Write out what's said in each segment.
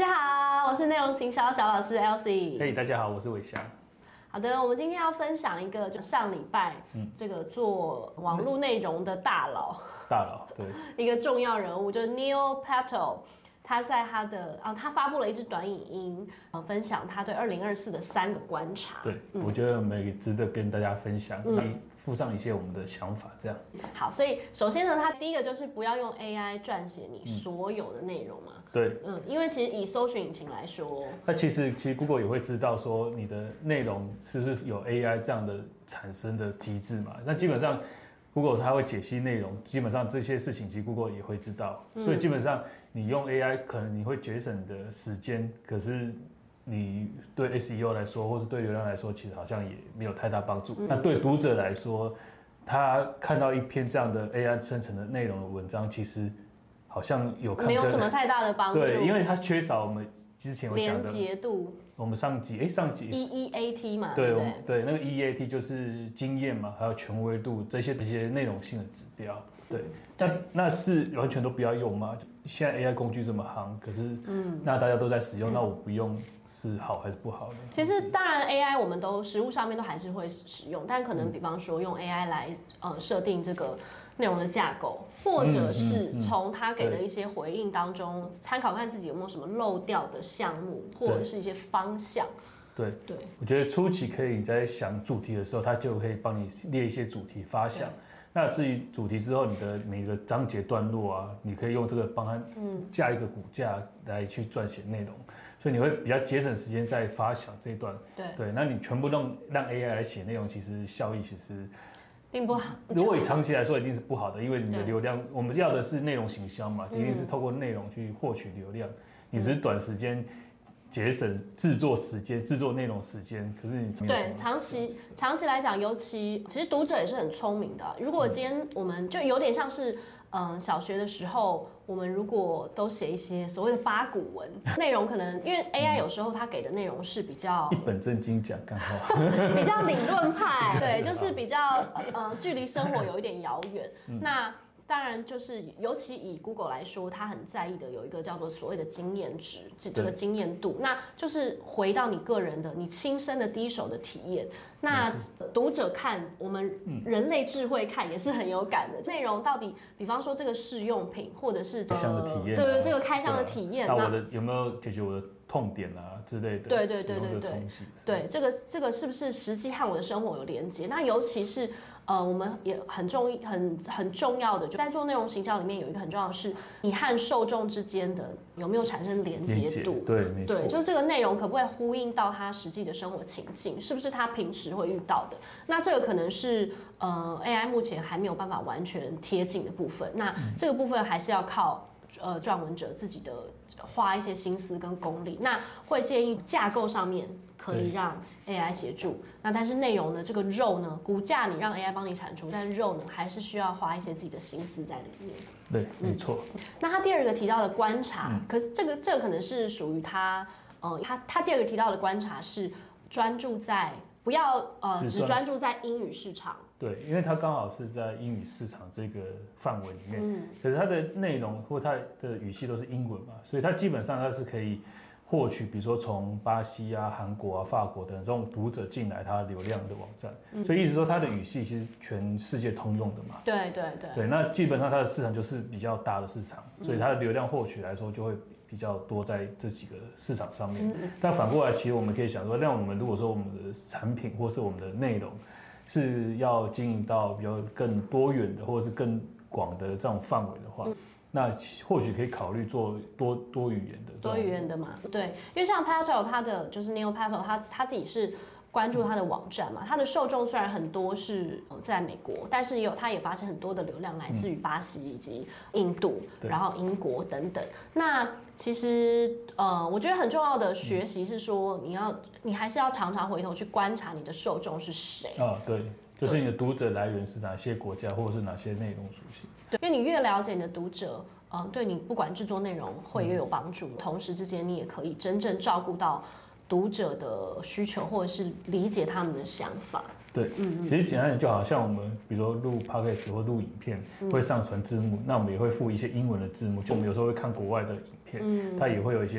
家好，我是内容行销小老师 Elsie。 嘿，大家好，我是伟翔。 好的，我们今天要分享一个，就上礼拜这个做网络内容的大佬， 对， 一个重要人物，就是 Neil Patel。他在他发布了一支短影音，分享他对2024的3个观察。 对，我觉得我们也值得跟大家分享，附上一些我们的想法，这样。 好，所以首先呢，他第一个就是不要用 AI 撰写你所有的内容嘛。 对， 因为其实以搜寻引擎来说， 那其实 Google 也会知道说你的内容是不是有 AI 这样的产生的机制嘛？那基本上。Google 它会解析内容，基本上这些事情其实 Google 也会知道，所以基本上你用 AI 可能你会节省的时间，可是你对 SEO 来说，或是对流量来说，其实好像也没有太大帮助。那对读者来说，他看到一篇这样的 AI 生成的内容的文章，其实好像没有什么太大的帮助。 对，因为它缺少我们之前有讲的连结度。 我们上集 EEAT 嘛， 对对，那个 EEAT 就是经验嘛，还有权威度这些内容性的指标。对，那是完全都不要用吗？现在 AI 工具这么夯，可是那大家都在使用，那我不用是好还是不好呢？ 其实当然 AI 我们都实务上面都还是会使用，但可能比方说用 AI 来设定这个内容的架构，或者是从他给的一些回应当中参考看自己有没有什么漏掉的项目，或者是一些方向。 对，我觉得初期可以你在想主题的时候，它就可以帮你列一些主题发想。那至于主题之后，你的每个章节段落啊，你可以用这个帮它架一个骨架来去撰写内容，所以你会比较节省时间在发想这一段。对，那你全部让 AI 来写内容，其实效益其实并不好。 如果以长期来说，一定是不好的，因为你的流量，我们要的是内容行销嘛，一定是透过内容去获取流量，你只是短时间。节省制作时间、制作内容时间，可是你对长期来讲，尤其其实读者也是很聪明的。如果今天我们就有点像是小学的时候，我们如果都写一些所谓的八股文内容，可能因为 AI 有时候它给的内容是比较一本正经讲干话， 比较理论派，对，就是比较距离生活有一点遥远。那当然，就是尤其以 Google 来说，他很在意的有一个叫做所谓的经验值，这个经验度，那就是回到你个人的、你亲身的第一手的体验。那读者看，我们人类智慧看也是很有感的。内容到底，比方说这个试用品，或者是开箱的体验， 对，这个开箱的体验， 那我的有没有解决我的痛点啊之类的？ 对，这个是不是实际和我的生活有连接？那尤其是我们也很重要的，就在做内容行销里面有一个很重要的是，你和受众之间的有没有产生连接度？ 对，没错。 对，就是这个内容可不可以呼应到他实际的生活情境，是不是他平时会遇到的？那这个可能是AI 目前还没有办法完全贴近的部分。那这个部分还是要靠撰文者自己的花一些心思跟功力。那会建议架构上面可以让 AI 协助，那但是内容呢，这个肉呢，骨架你让 AI 帮你产出，但是肉呢，还是需要花一些自己的心思在里面。 对，没错。 那他第二个提到的观察，可是这个可能是属于他第二个提到的观察是专注在不要只专注在英语市场。 对，因为它刚好是在英语市场这个范围里面，可是它的内容或它的语系都是英文嘛，所以它基本上它是可以获取，比如说从巴西啊、韩国啊、法国等这种读者进来它流量的网站，所以意思说它的语系其实全世界通用的嘛。 对， 那基本上它的市场就是比较大的市场，所以它的流量获取来说就会比较多在这几个市场上面。但反过来，其实我们可以想说，那我们如果说我们的产品或是我们的内容是要经营到比较更多元的或者是更广的这种范围的话，那或许可以考虑做多语言的。 多语言的嘛，对，因为像 Patel 他的就是 Neil Patel 他自己是关注他的网站嘛，他的受众虽然很多是在美国，但是他也发现很多的流量来自于巴西以及印度，然后英国等等。那其实我觉得很重要的学习是说，你还是要常常回头去观察你的受众是谁啊，对。就是你的读者来源是哪些国家，或者是哪些内容属性？ 对，因为你越了解你的读者，对你不管制作内容会越有帮助，同时之间你也可以真正照顾到读者的需求，或者是理解他们的想法。 对，其实简单点就好像我们比如说录 podcast 或录影片会上传字幕，那我们也会附一些英文的字幕，就我们有时候会看国外的影片，它也会有一些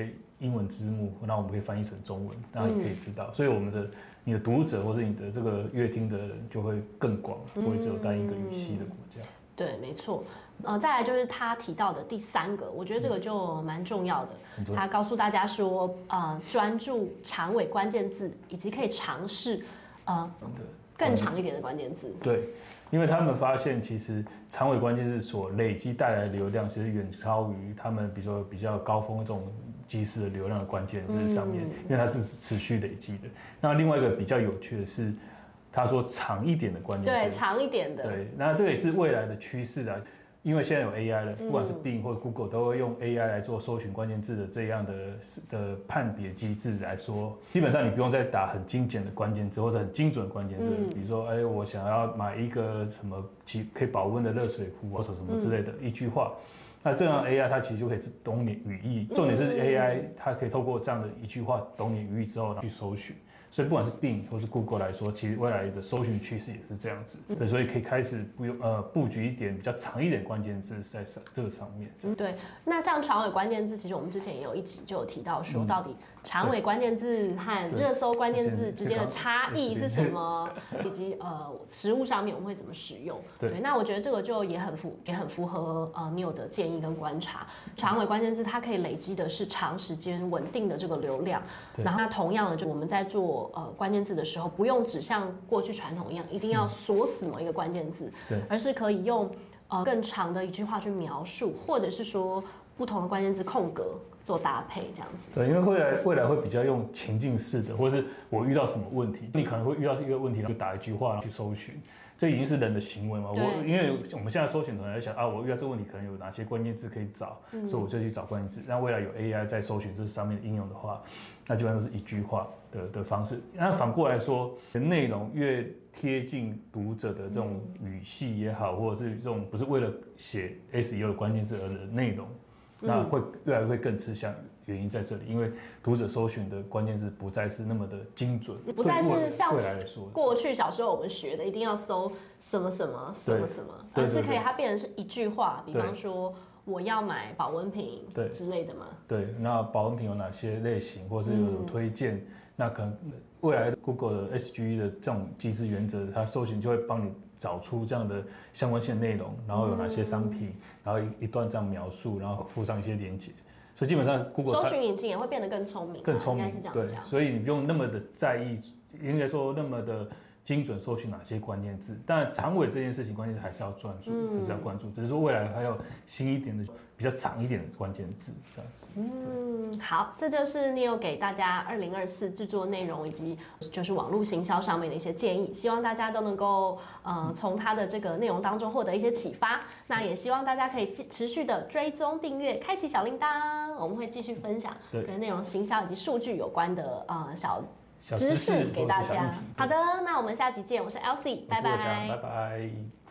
英文字幕，然后我们可以翻译成中文，然后也可以知道。所以你的读者或者你的这个阅听的人就会更广，不会只有单一个语系的国家。 对，没错。再来就是他提到的第3个，我觉得这个就蛮重要的。他告诉大家说，专注长尾关键字，以及可以尝试更长一点的关键字。 对，因为他们发现其实长尾关键字所累积带来的流量，其实远超于他们比如说比较高峰这种即时的流量的关键字上面，因为它是持续累积的。那另外一个比较有趣的是，他说长一点的关键字， 对，长一点的。 对，那这个也是未来的趋势啊。因为现在有 AI 了，不管是 Bing 或者 Google 都会用 AI 来做搜寻关键字的这样的判别机制来说，基本上你不用再打很精简的关键字或者很精准的关键字，比如说，我想要买一个什么可以保温的热水壶或者什么之类的一句话，那这样 AI 它其实就可以懂你语义。重点是 AI 它可以透过这样的一句话懂你语义之后去搜寻。所以不管是 Bing 或是 Google 来说，其实未来的搜寻趋势也是这样子，对，所以可以开始布局一点比较长一点关键字在这个上面。 对，那像长尾关键字，其实我们之前也有一集就有提到说，到底长尾关键字和热搜关键字之间的差异是什么，以及实务上面我们会怎么使用。对，那我觉得这个就也很符合Neil 的建议跟观察。长尾关键字它可以累积的是长时间稳定的这个流量，然后那同样的就我们在做关键字的时候，不用只像过去传统一样，一定要锁死某一个关键字，而是可以用更长的一句话去描述，或者是说不同的关键字空格做搭配，这样子。 对，因为未来会比较用情境式的，或是我遇到什么问题，你可能会遇到一个问题，然后就打一句话然后去搜寻。这已经是人的行为嘛？因为我们现在搜寻可能在想我遇到这个问题可能有哪些关键字可以找，所以我就去找关键字。那未来有 AI 在搜寻这上面的应用的话，那基本上是一句话的方式。那反过来说，内容越贴近读者的这种语系也好，或者是这种不是为了写 SEO 的关键字而的内容，那会越来越更吃香。原因在这里，因为读者搜寻的关键字不再是那么的精准， 不再是像未来来说， 过去小时候我们学的一定要搜什么什么什么什么，而是可以它变成是一句话，比方说我要买保温瓶之类的嘛。对， 那保温瓶有哪些类型，或是有什么推荐？那可能未来 Google 的 SGE 的这种机制原则，它搜寻就会帮你找出这样的相关性的内容，然后有哪些商品，然后一段这样描述，然后附上一些连结。所以基本上 ，Google 搜寻引擎也会变得更聪明，应该是这样讲。 所以你不用那么的在意，应该说那么的精准搜寻哪些关键字。但长尾这件事情，关键字还是要专注，还是要关注。只是说未来还有新一点的、比较长一点的关键字这样子。 好，这就是 Neil 给大家2024制作内容以及就是网络行销上面的一些建议，希望大家都能够从他的这个内容当中获得一些启发。那也希望大家可以持续的追踪、订阅、开启小铃铛，我们会继续分享跟内容行销以及数据有关的小知识给大家。好的，那我们下集见，我是 Elsie，拜拜。 拜拜。